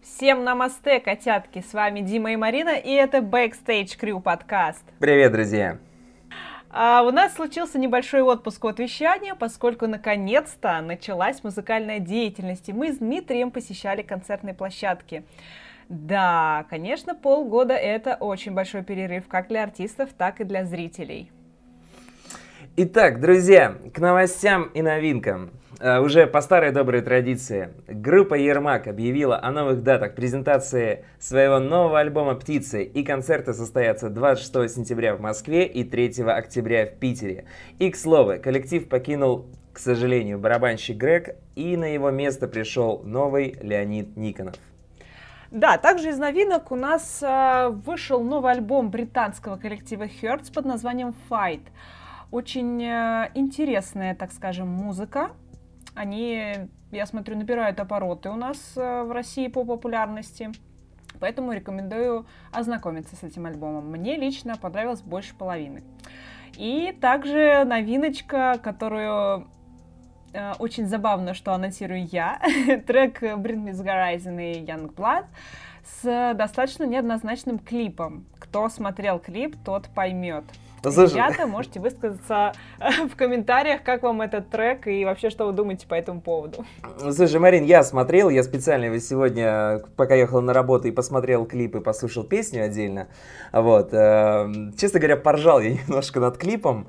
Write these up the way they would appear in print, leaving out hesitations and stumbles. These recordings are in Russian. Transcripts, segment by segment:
Всем намасте, котятки! С вами Дима и Марина, и это Backstage Crew подкаст. Привет, друзья! У нас случился небольшой отпуск от вещания, поскольку наконец-то началась музыкальная деятельность, и мы с Дмитрием посещали концертные площадки. Да, конечно, полгода — это очень большой перерыв как для артистов, так и для зрителей. Итак, друзья, к новостям и новинкам. Уже по старой доброй традиции, группа Ермак объявила о новых датах презентации своего нового альбома «Птицы», и концерты состоятся 26 сентября в Москве и 3 октября в Питере. И, к слову, коллектив покинул, к сожалению, барабанщик Грег, и на его место пришел новый Леонид Никонов. Да, также из новинок у нас вышел новый альбом британского коллектива Hertz под названием Fight. Очень интересная, так скажем, музыка. Они, я смотрю, набирают обороты у нас в России по популярности. Поэтому рекомендую ознакомиться с этим альбомом. Мне лично понравилось больше половины. И также новиночка, которую очень забавно, что анонсирую я. Трек Bring Me The Horizon и Youngblood с достаточно неоднозначным клипом. Кто смотрел клип, тот поймет. Ребята, можете высказаться в комментариях, как вам этот трек и вообще, что вы думаете по этому поводу. Слушай, Марин, я смотрел, я специально сегодня, пока ехал на работу, и посмотрел клип, и послушал песню отдельно. Вот. Честно говоря, поржал я немножко над клипом.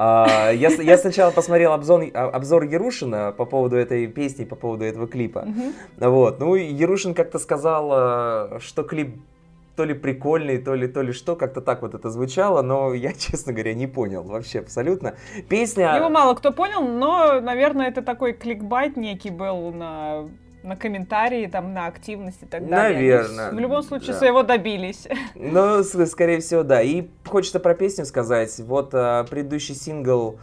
Я сначала посмотрел обзор Ярушина по поводу этой песни, по поводу этого клипа. Вот. Ну, Ярушин как-то сказал, что клип то ли прикольный, то ли что, как-то так вот это звучало, но я, честно говоря, не понял вообще абсолютно. Песня... Его мало кто понял, но, наверное, это такой кликбайт некий был на комментарии, там, на активность и так далее. Наверное. В любом случае, своего добились. Ну, скорее всего, да. И хочется про песню сказать. Вот предыдущий сингл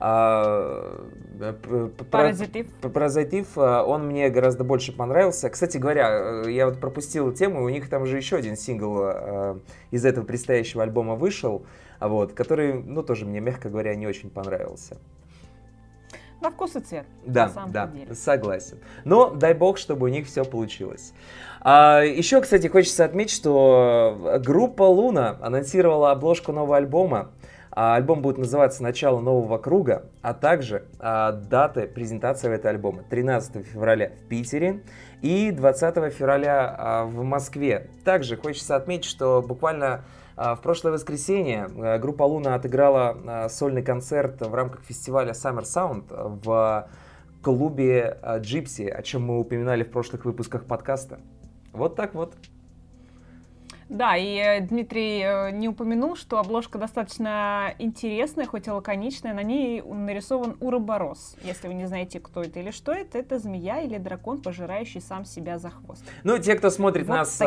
«Паразитив», он мне гораздо больше понравился. Кстати говоря, я вот пропустил тему, у них там же еще один сингл из этого предстоящего альбома вышел, вот, который, ну, тоже мне, мягко говоря, не очень понравился. На вкус и цвет. Да, согласен. Но дай бог, чтобы у них все получилось. Еще, кстати, хочется отметить, что группа Луна анонсировала обложку нового альбома. Альбом будет называться «Начало нового круга», а также даты презентации этого альбома: 13 февраля в Питере и 20 февраля в Москве. Также хочется отметить, что буквально в прошлое воскресенье группа Луна отыграла сольный концерт в рамках фестиваля Summer Sound в клубе Gypsy, о чем мы упоминали в прошлых выпусках подкаста. Вот так вот. Да, и Дмитрий не упомянул, что обложка достаточно интересная, хоть и лаконичная. На ней нарисован Уроборос. Если вы не знаете, кто это или что это змея или дракон, пожирающий сам себя за хвост. Ну, те, кто смотрит вот нас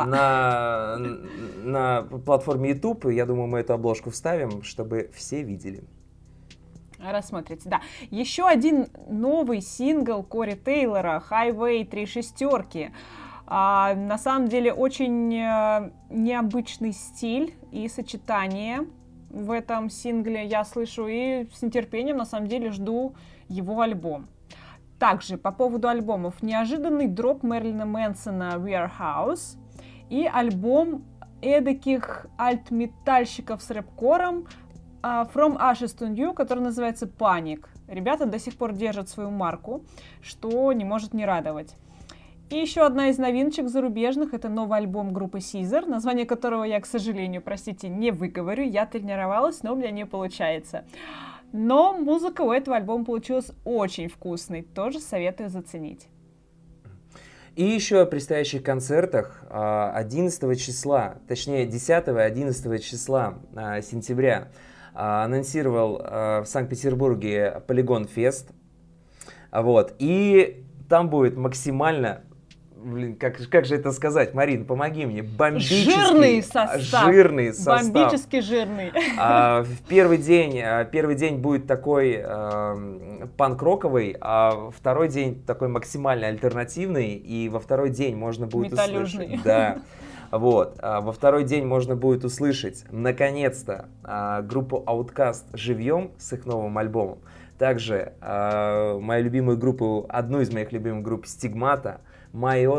на платформе YouTube, я думаю, мы эту обложку вставим, чтобы все видели. Рассмотрите, да. Еще один новый сингл Кори Тейлора «Highway 3 шестерки». На самом деле очень необычный стиль и сочетание в этом сингле я слышу, и с нетерпением на самом деле жду его альбом. Также по поводу альбомов: неожиданный дроп Мэрилина Мэнсона «We Are House» и альбом эдаких альт-метальщиков с рэп-кором «From Ashes to New», который называется «Panic». Ребята до сих пор держат свою марку, что не может не радовать. И еще одна из новиночек зарубежных — это новый альбом группы Caesar, название которого я, к сожалению, простите, не выговорю. Я тренировалась, но у меня не получается. Но музыка у этого альбома получилась очень вкусной, тоже советую заценить. И еще о предстоящих концертах 11 числа, точнее 10-11 числа сентября анонсировал в Санкт-Петербурге Полигон Фест. Вот. И там будет максимально... как же это сказать, Марин, помоги мне. Жирный состав. Бомбически жирный. В первый день будет такой панк-роковый, а второй день такой максимально альтернативный, и во второй день можно будет услышать. Да. Вот. Во второй день можно будет услышать, наконец-то, группу Outkast живьем с их новым альбомом. Также мою любимую группу, одну из моих любимых групп Стигмата, My Autumn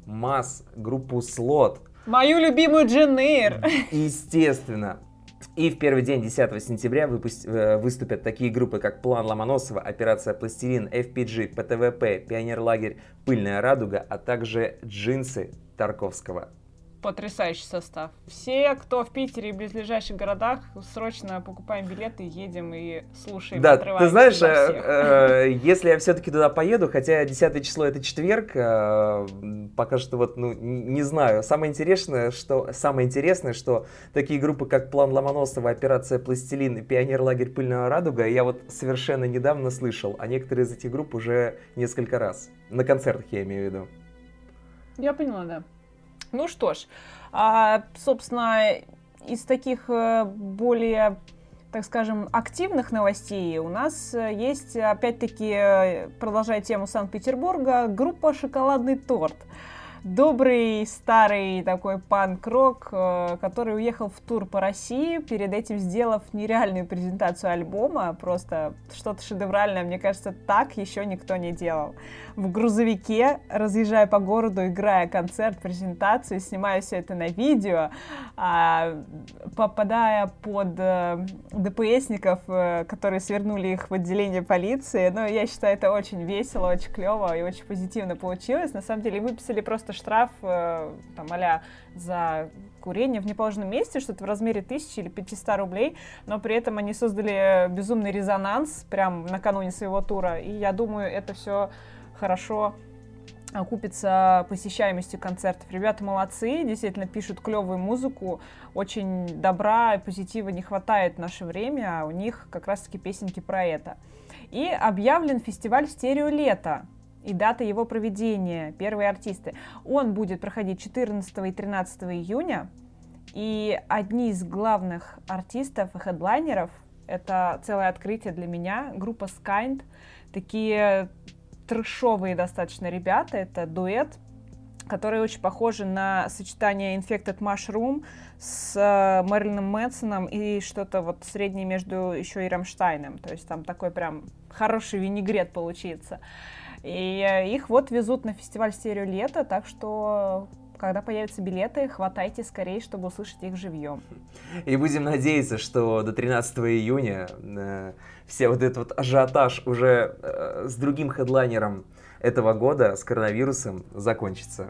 Mass, группу Slot. Мою любимую Дженейр. Естественно. И в первый день, 10 сентября, выступят такие группы, как План Ломоносова, Операция Пластилин, FPG, ПТВП, Пионерлагерь, Пыльная радуга, а также Джинсы Тарковского. Потрясающий состав. Все, кто в Питере и близлежащих городах, срочно покупаем билеты, едем и слушаем. Да, ты знаешь, если я все-таки туда поеду, хотя 10 число это четверг, пока что вот, не знаю. Самое интересное, что такие группы, как План Ломоносова, Операция Пластилин и Пионерлагерь Пыльная радуга, я вот совершенно недавно слышал, а некоторые из этих групп уже несколько раз. На концертах я имею в виду. Я поняла, да. Ну что ж, собственно, из таких более, так скажем, активных новостей у нас есть, опять-таки, продолжая тему Санкт-Петербурга, группа «Шоколадный торт». Добрый, старый такой панк-рок, который уехал в тур по России, перед этим сделав нереальную презентацию альбома, просто что-то шедевральное, мне кажется, так еще никто не делал. В грузовике, разъезжая по городу, играя концерт, презентацию, снимая все это на видео, попадая под ДПСников, которые свернули их в отделение полиции. Но я считаю, это очень весело, очень клево и очень позитивно получилось. На самом деле выписали просто штраф там, а-ля за курение в неположенном месте, что-то в размере 1000 или 500 рублей, но при этом они создали безумный резонанс прям накануне своего тура, и я думаю, это все хорошо окупится посещаемостью концертов. Ребята молодцы, действительно пишут клевую музыку, очень добра и позитива не хватает в наше время, а у них как раз-таки песенки про это. И объявлен фестиваль «Стерео лето». И дата его проведения, первые артисты. Он будет проходить 14 и 13 июня. И одни из главных артистов и хедлайнеров, это целое открытие для меня, группа Skynd. Такие трэшовые достаточно ребята, это дуэт, которые очень похожи на сочетание Infected Mushroom с Мэрилином Мэнсоном и что-то вот среднее между еще и Рамштайном. То есть там такой прям хороший винегрет получится. И их вот везут на фестиваль «Стерео лето», так что, когда появятся билеты, хватайте скорее, чтобы услышать их живьем. И будем надеяться, что до 13 июня все вот этот вот ажиотаж уже с другим хедлайнером этого года, с коронавирусом, закончится.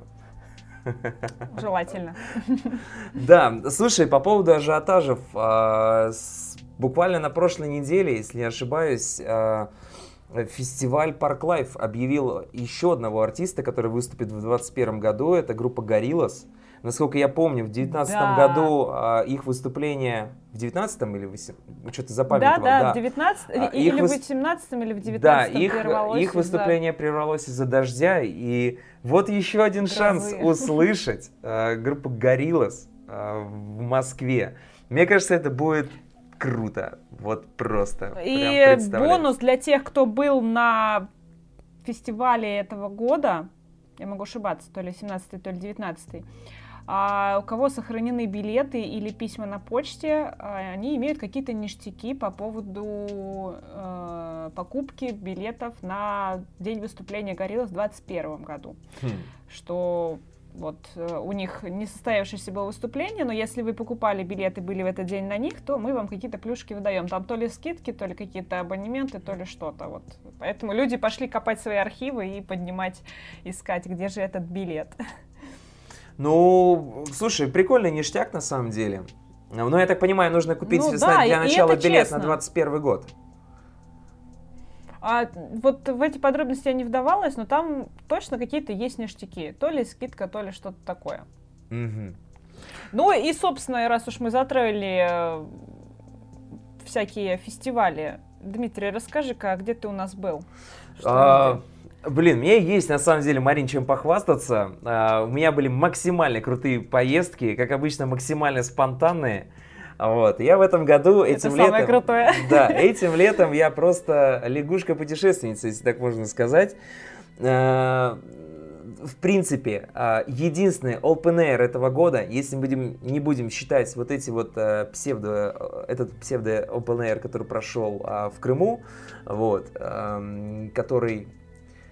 Желательно. Да, слушай, по поводу ажиотажев, буквально на прошлой неделе, если не ошибаюсь, фестиваль Park Life объявил еще одного артиста, который выступит в 2021 году. Это группа Gorillaz. Насколько я помню, в 2019 году их выступление... В 2019 или 2018? Что-то запамятовал. Да, в 2019 или в 2018 или в 2019 прервалось. Их выступление прервалось из-за дождя. И вот еще один шанс услышать группу Gorillaz в Москве. Мне кажется, это будет... круто, вот просто. И бонус для тех, кто был на фестивале этого года, я могу ошибаться, то ли 17-й, то ли 19-й, у кого сохранены билеты или письма на почте, они имеют какие-то ништяки по поводу покупки билетов на день выступления Gorillaz в 2021 году. Что... Вот у них не состоявшееся было выступление, но если вы покупали билеты, были в этот день на них, то мы вам какие-то плюшки выдаем. Там то ли скидки, то ли какие-то абонементы, то ли что-то. Вот. Поэтому люди пошли копать свои архивы и поднимать, искать, где же этот билет. Ну, слушай, прикольный ништяк на самом деле. Но я так понимаю, нужно купить для начала билет на 2021 год. Вот в эти подробности я не вдавалась, но там точно какие-то есть ништяки. То ли скидка, то ли что-то такое. Ну и, собственно, раз уж мы затроили всякие фестивали, Дмитрий, расскажи-ка, где ты у нас был? Блин, мне есть на самом деле, Марин, чем похвастаться. У меня были максимально крутые поездки, как обычно, максимально спонтанные. Вот. Я в этом году, этим летом я просто лягушка-путешественница, если так можно сказать. В принципе, единственный open air этого года, если мы не будем считать вот эти вот этот псевдо open air, который прошел в Крыму, вот, который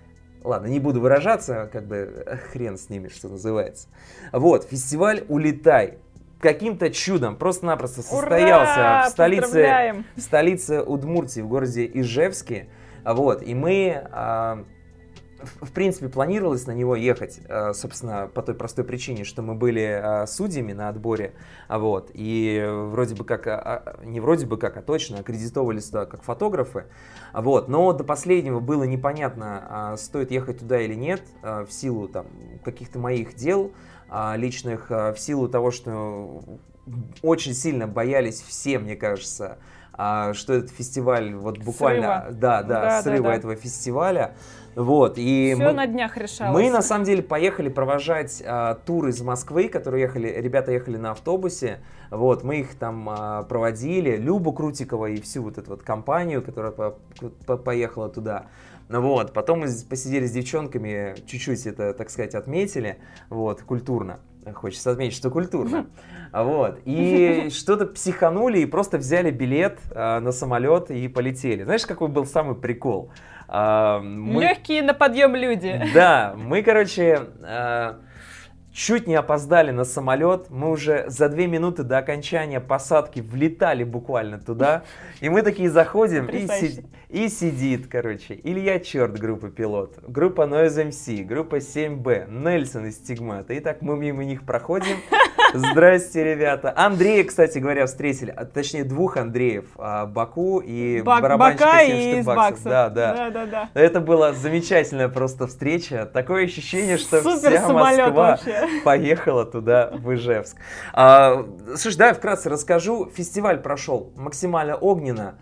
ладно, не буду выражаться, как бы хрен с ними, что называется. Вот, фестиваль «Улетай». Каким-то чудом просто-напросто состоялся в столице Удмуртии, в городе Ижевске. Вот, и мы, в принципе, планировалось на него ехать, собственно, по той простой причине, что мы были судьями на отборе, вот, и вроде бы как, не вроде бы как, а точно аккредитовались туда как фотографы, вот, но до последнего было непонятно, стоит ехать туда или нет, в силу там каких-то моих дел личных, в силу того, что очень сильно боялись все, мне кажется, что этот фестиваль вот буквально срыва этого фестиваля. Вот, и все на днях решалось. Мы на самом деле поехали провожать тур из Москвы, которые ребята ехали на автобусе. Вот, мы их там проводили, Любу Крутикова и всю вот эту вот компанию, которая поехала туда. Вот, потом мы посидели с девчонками, чуть-чуть это, так сказать, отметили, вот, культурно. Хочется отметить, что культурно. Вот. И что-то психанули и просто взяли билет на самолет и полетели. Знаешь, какой был самый прикол? Легкие на подъем люди. Да, мы, короче, чуть не опоздали на самолет. Мы уже за 2 минуты до окончания посадки влетали буквально туда. И мы такие заходим, и сидит, короче, Илья Черт, группа «Пилот», группа Noise MC, группа 7B, Нельсон из «Стигмата». И так мы мимо них проходим. Здрасте, ребята. Андрея, кстати говоря, встретили, точнее 2 Андреев, Баку и барабанщика 7 штук баксов. Да. Это была замечательная просто встреча. Такое ощущение, что вся Москва поехала туда, в Ижевск. Слушай, давай вкратце расскажу. Фестиваль прошел максимально огненно.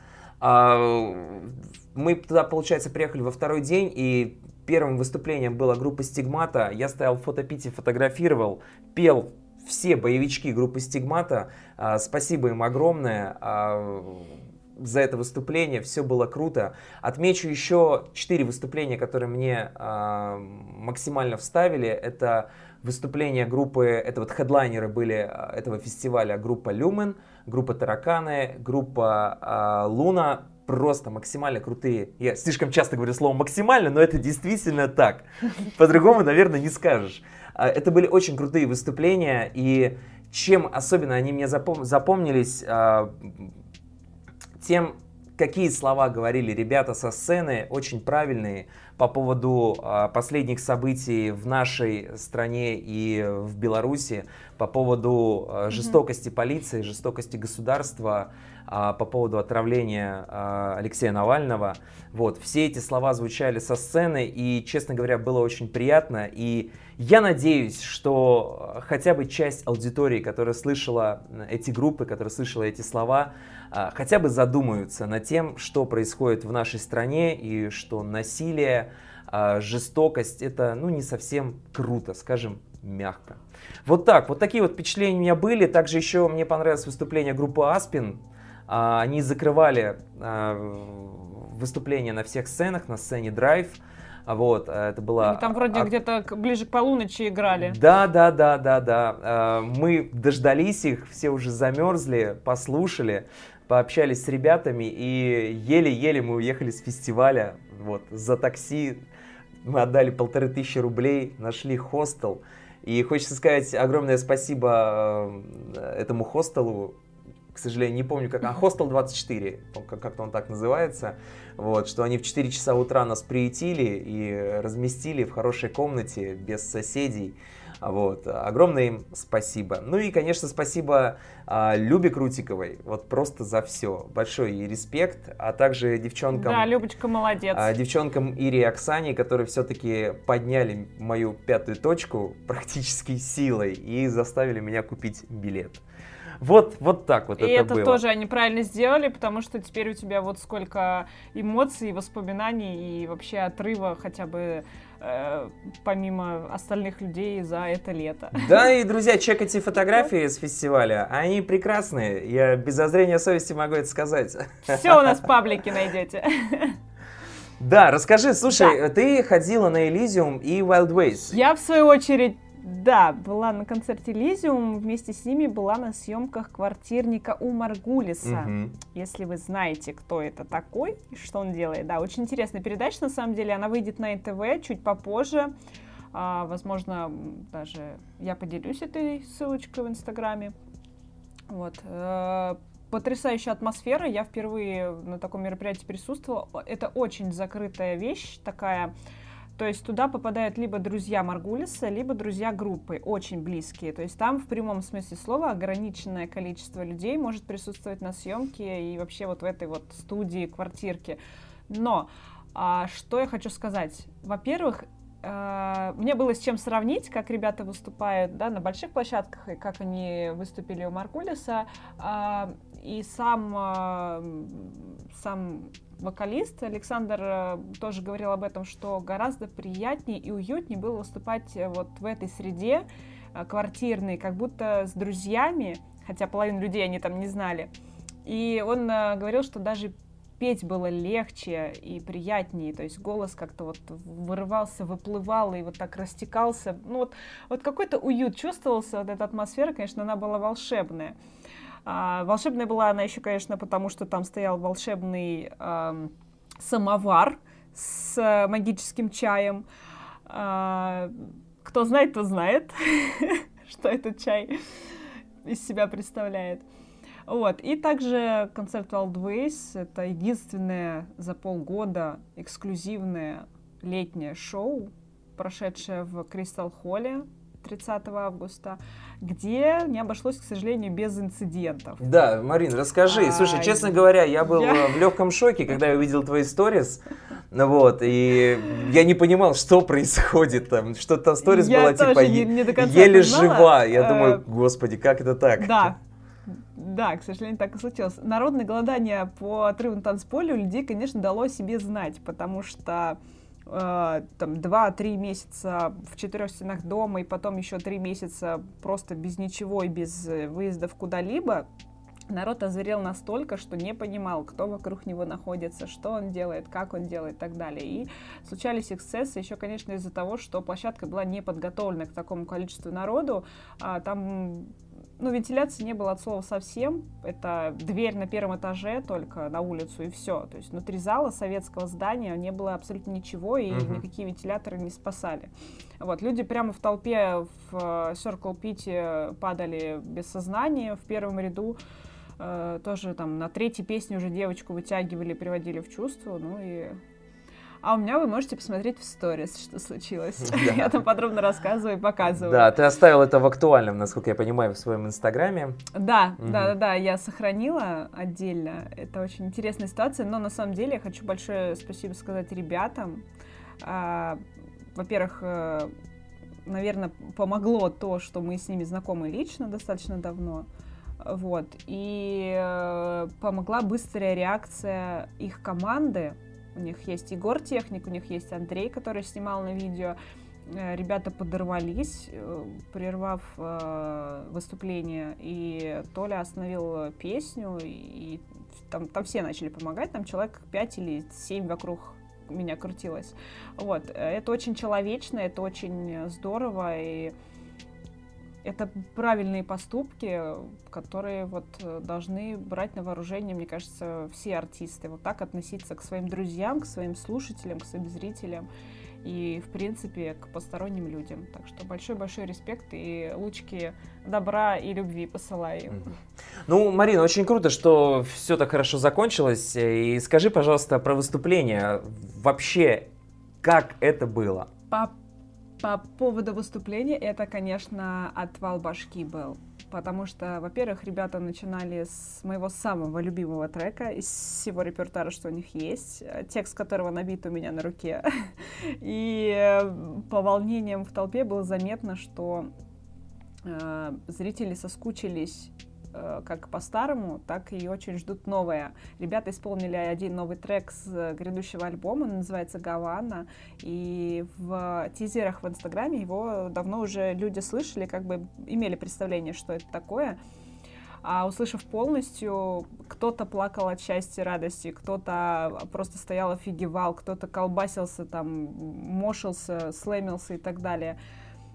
Мы туда, получается, приехали во 2-й день, и первым выступлением была группа «Стигмата». Я стоял в фотопите, фотографировал, пел все боевички группы «Стигмата». Спасибо им огромное за это выступление, все было круто. Отмечу еще 4 выступления, которые мне максимально вставили. Это выступления группы, это вот хедлайнеры были этого фестиваля, группа «Люмен», группа «Тараканы», группа «Луна». Просто максимально крутые. Я слишком часто говорю слово «максимально», но это действительно так. По-другому, наверное, не скажешь. Это были очень крутые выступления, и чем особенно они мне запомнились, тем, какие слова говорили ребята со сцены, очень правильные по поводу последних событий в нашей стране и в Беларуси, по поводу жестокости полиции, жестокости государства, по поводу отравления Алексея Навального. Вот, все эти слова звучали со сцены, и, честно говоря, было очень приятно. И я надеюсь, что хотя бы часть аудитории, которая слышала эти группы, которая слышала эти слова, хотя бы задумаются над тем, что происходит в нашей стране, и что насилие, жестокость — это, ну, не совсем круто, скажем мягко. Вот так, вот такие вот впечатления у меня были. Также еще мне понравилось выступление группы Аспин. Они закрывали выступления на всех сценах, на сцене Драйв. Вот, это было... Они там вроде где-то ближе к полуночи играли. Да. Мы дождались их, все уже замерзли, послушали, пообщались с ребятами, и еле-еле мы уехали с фестиваля. Вот, за такси мы отдали 1500 рублей, нашли хостел. И хочется сказать огромное спасибо этому хостелу. К сожалению, не помню, как... Хостел 24, как-то он так называется. Вот, что они в 4 часа утра нас приютили и разместили в хорошей комнате, без соседей. Вот, огромное им спасибо. Ну и, конечно, спасибо Любе Крутиковой, вот просто за все. Большой ей респект, а также девчонкам... Да, Любочка молодец. Девчонкам Ире и Оксане, которые все-таки подняли мою 5-ю точку практически силой и заставили меня купить билет. Вот так вот и это было. И это тоже они правильно сделали, потому что теперь у тебя вот сколько эмоций, воспоминаний и вообще отрыва хотя бы помимо остальных людей за это лето. Да, и, друзья, чекайте фотографии с фестиваля, они прекрасные, я без зазрения совести могу это сказать. Все у нас в паблике найдете. Да, расскажи, слушай, ты ходила на Elysium и Wild Ways. Я, в свою очередь, Да, была на концерте Elysium, вместе с ними была на съемках «Квартирника» у Маргулиса. Если вы знаете, кто это такой и что он делает. Да, очень интересная передача, на самом деле. Она выйдет на НТВ чуть попозже. Возможно, даже я поделюсь этой ссылочкой в Инстаграме. Вот. Потрясающая атмосфера. Я впервые на таком мероприятии присутствовала. Это очень закрытая вещь такая. То есть туда попадают либо друзья Маргулиса, либо друзья группы, очень близкие. То есть там в прямом смысле слова ограниченное количество людей может присутствовать на съемке и вообще вот в этой вот студии, квартирке. Но что я хочу сказать? Во-первых, мне было с чем сравнить, как ребята выступают, да, на больших площадках, и как они выступили у Маргулиса. И сам вокалист Александр тоже говорил об этом, что гораздо приятнее и уютнее было выступать вот в этой среде квартирной, как будто с друзьями, хотя половину людей они там не знали. И он говорил, что даже петь было легче и приятнее, то есть голос как-то вот вырывался, выплывал и вот так растекался. Ну вот какой-то уют чувствовался, вот эта атмосфера, конечно, она была волшебная. Волшебная была она еще, конечно, потому что там стоял волшебный самовар с магическим чаем. Кто знает, то знает, что этот чай из себя представляет. Вот. И также концерт Wild Ways — это единственное за полгода эксклюзивное летнее шоу, прошедшее в Кристал Холле 30 августа, где не обошлось, к сожалению, без инцидентов. Да, Марин, расскажи. Слушай, честно говоря, я был в легком шоке, когда я увидел твои сторис. Вот, и я не понимал, что происходит там. Что там сторис была типа еле жива. Я думаю, господи, как это так? Да, к сожалению, так и случилось. Народное голодание по отрыву на танцполе у людей, конечно, дало о себе знать, потому что там 2-3 месяца в 4 стенах дома и потом еще 3 месяца просто без ничего и без выездов куда-либо, народ озверел настолько, что не понимал, кто вокруг него находится, что он делает, как он делает и так далее. И случались эксцессы еще, конечно, из-за того, что площадка была не подготовлена к такому количеству народу. Там вентиляции не было от слова совсем. Это дверь на 1 этаже только на улицу и все. То есть внутри зала советского здания не было абсолютно ничего, и никакие вентиляторы не спасали. Вот. Люди прямо в толпе в Circle Pit падали без сознания в первом ряду. Тоже там на 3-й песне уже девочку вытягивали, приводили в чувство. А у меня вы можете посмотреть в сторис, что случилось. Да. Я там подробно рассказываю и показываю. Да, ты оставил это в актуальном, насколько я понимаю, в своем инстаграме. Да, да, я сохранила отдельно. Это очень интересная ситуация, но на самом деле я хочу большое спасибо сказать ребятам. Во-первых, наверное, помогло то, что мы с ними знакомы лично достаточно давно. Вот. И помогла быстрая реакция их команды. У них есть Егор Техник, у них есть Андрей, который снимал на видео. Ребята подорвались, прервав выступление, и Толя остановил песню, и там все начали помогать, там человек 5 или 7 вокруг меня крутилось. Вот. Это очень человечно, это очень здорово, и это правильные поступки, которые вот должны брать на вооружение, мне кажется, все артисты. Вот так относиться к своим друзьям, к своим слушателям, к своим зрителям и, в принципе, к посторонним людям. Так что большой-большой респект и лучики добра и любви посылаю им. Ну, Марина, очень круто, что все так хорошо закончилось. И скажи, пожалуйста, про выступление. Вообще, как это было? По поводу выступления, это, конечно, отвал башки был. Потому что, во-первых, ребята начинали с моего самого любимого трека из всего репертуара, что у них есть, текст которого набит у меня на руке. И по волнениям в толпе было заметно, что зрители соскучились как по старому, так и очень ждут новое. Ребята исполнили один новый трек с грядущего альбома, он называется «Гавана», и в тизерах в Инстаграме его давно уже люди слышали, как бы имели представление, что это такое. А услышав полностью, кто-то плакал от счастья, радости, кто-то просто стоял, офигевал, кто-то колбасился, там, мошился, слэмился и так далее.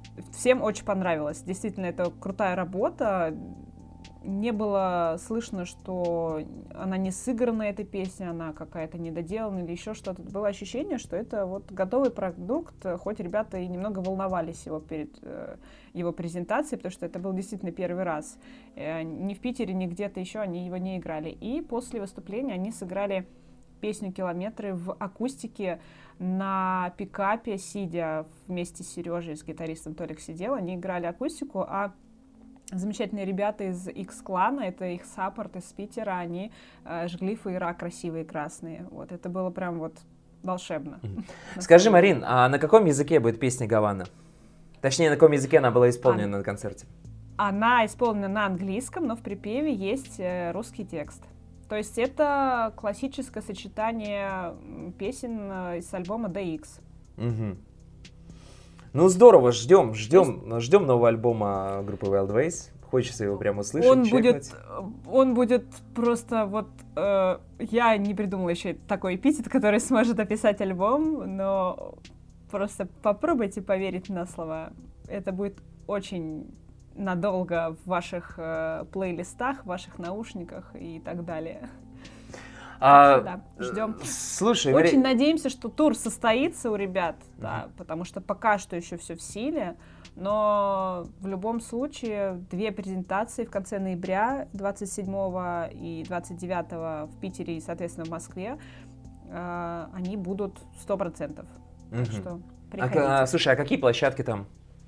всем очень понравилось. Действительно, это крутая работа. Не было слышно, что она не сыграна, эта песня, она какая-то недоделана или еще что-то. Было ощущение, что это вот готовый продукт, хоть ребята и немного волновались его перед его презентацией, потому что это был действительно первый раз. Ни в Питере, ни где-то еще они его не играли. И после выступления они сыграли песню «Километры» в акустике на пикапе, сидя вместе с Сережей, с гитаристом Толик сидел. Они играли акустику, а замечательные ребята из X-клана, это их саппорт из Питера, они жгли фаера красивые красные. Вот, это было прям вот волшебно. Скажи, Марин, а на каком языке будет песня «Гавана»? Точнее, на каком языке она была исполнена на концерте? Она исполнена на английском, но в припеве есть русский текст. То есть это классическое сочетание песен из альбома DX. Угу. Ну здорово, ждем нового альбома группы Wild Ways. Хочется его прямо услышать, он будет просто вот... я не придумала еще такой эпитет, который сможет описать альбом, но просто попробуйте поверить на слово. Это будет очень надолго в ваших плейлистах, в ваших наушниках и так далее. Да, ждем. Слушай, очень надеемся, что тур состоится у ребят, да, потому что пока что еще все в силе, но в любом случае 2 презентации в конце ноября, 27 и 29 в Питере и, соответственно, в Москве, они будут 100%. Так что приходите. Слушай, а какие площадки там?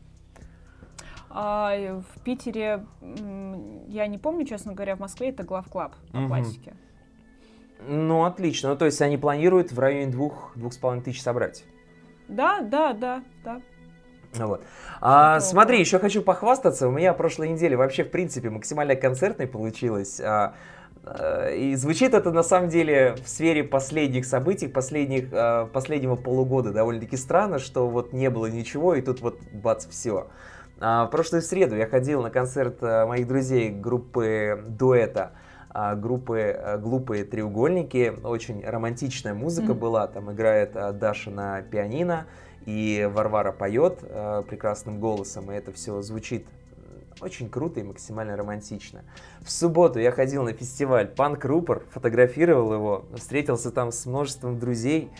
В Питере, я не помню, честно говоря, в Москве это Глав Клаб по классике. Ну, отлично. Ну, то есть они планируют в районе 2-2,5 тысяч собрать? Да. Вот. Смотри, еще хочу похвастаться. У меня прошлой неделе вообще, в принципе, максимально концертной получилось. И звучит это, на самом деле, в сфере последних событий, последнего полугода довольно-таки странно, что вот не было ничего, и тут вот бац, все. В прошлую среду я ходил на концерт моих друзей группы «Дуэта», группы «Глупые треугольники». Очень романтичная музыка была. Там играет Даша на пианино, и Варвара поет прекрасным голосом, и это все звучит очень круто и максимально романтично. В субботу я ходил на фестиваль «Панк Рупор», фотографировал его, встретился там с множеством друзей.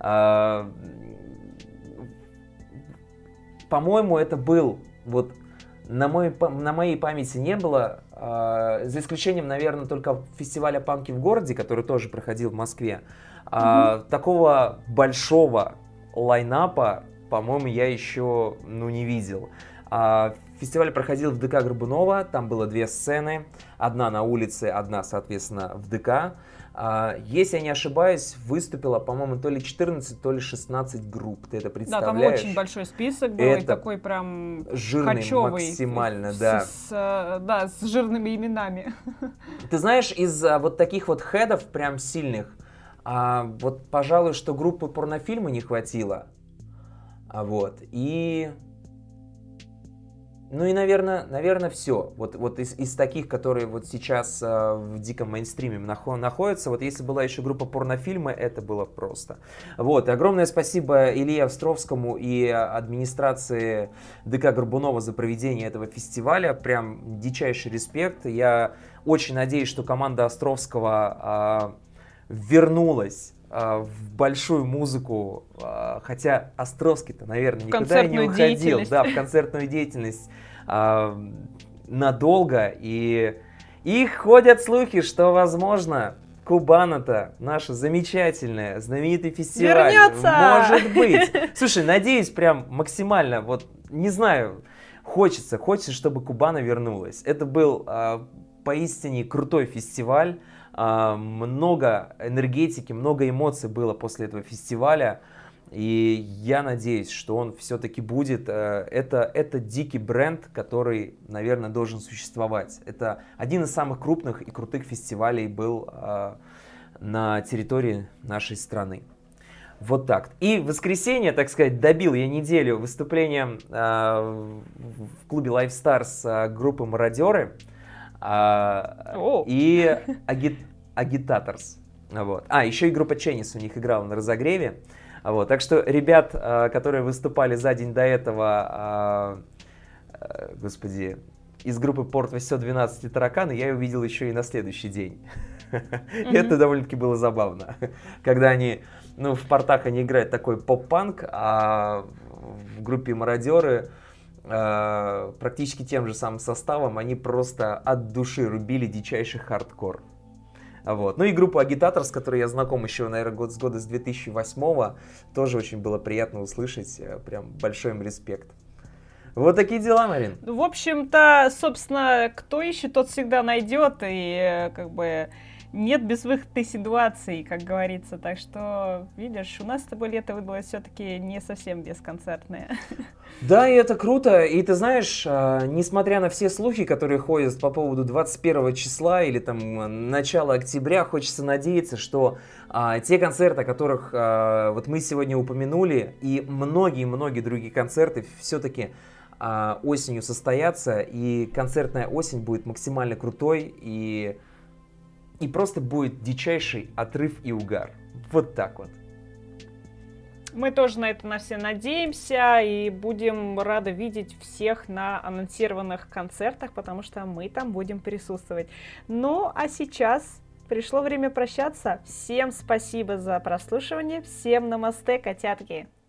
По-моему, это был, вот на моей памяти не было, за исключением, наверное, только фестиваля «Панки в городе», который тоже проходил в Москве, такого большого лайнапа, по-моему, я еще не видел. Фестиваль проходил в ДК Горбунова, там было 2 сцены, одна на улице, одна, соответственно, в ДК. Если я не ошибаюсь, выступило, по-моему, то ли 14, то ли 16 групп, ты это представляешь? Да, там очень большой список был, и такой прям жирный кочевый, максимально, да. С жирными именами. Ты знаешь, из вот таких вот хедов прям сильных, вот, пожалуй, что группы порнофильма не хватило, вот, ну и, наверное, все. Вот из таких, которые вот сейчас в диком мейнстриме находятся, вот если была еще группа порнофильма, это было просто. Вот, и огромное спасибо Илье Островскому и администрации ДК Горбунова за проведение этого фестиваля. Прям дичайший респект. Я очень надеюсь, что команда Островского вернулась в большую музыку, хотя Островский-то, наверное, никуда и не уходил, да, в концертную деятельность надолго, и ходят слухи, что, возможно, Кубана-то, наша замечательная, знаменитый фестиваль, вернется! Может быть. Слушай, надеюсь, прям максимально, вот, не знаю, хочется, чтобы Кубана вернулась. Это был поистине крутой фестиваль. Много энергетики, много эмоций было после этого фестиваля, и я надеюсь, что он все-таки будет. Это дикий бренд, который, наверное, должен существовать. Это один из самых крупных и крутых фестивалей был на территории нашей страны. Вот так. И в воскресенье, так сказать, добил я неделю выступлением в клубе Live Stars группы «Мародеры» и Agitators. Вот. Еще и группа Ченнис у них играла на разогреве. Вот. Так что ребят, которые выступали за день до этого, господи, из группы Порт 812 тараканы я увидел еще и на следующий день. Это довольно-таки было забавно. Когда они, в портах они играют такой поп-панк, а в группе Мародеры практически тем же самым составом они просто от души рубили дичайший хардкор. Вот. Ну и группу Агитатор, с которой я знаком еще, наверное, с года с 2008-го, тоже очень было приятно услышать. Прям большой им респект. Вот такие дела, Марин. В общем-то, собственно, кто ищет, тот всегда найдет, и как бы нет безвыходной ситуации, как говорится. Так что, видишь, у нас с тобой лето выдалось все-таки не совсем бесконцертное. Да, и это круто. И ты знаешь, несмотря на все слухи, которые ходят по поводу 21 числа или там начала октября, хочется надеяться, что те концерты, о которых вот мы сегодня упомянули, и многие-многие другие концерты все-таки осенью состоятся, и концертная осень будет максимально крутой, и просто будет дичайший отрыв и угар. Вот так вот. Мы тоже на это все надеемся и будем рады видеть всех на анонсированных концертах, потому что мы там будем присутствовать. Ну, а сейчас пришло время прощаться. Всем спасибо за прослушивание. Всем намасте, котятки!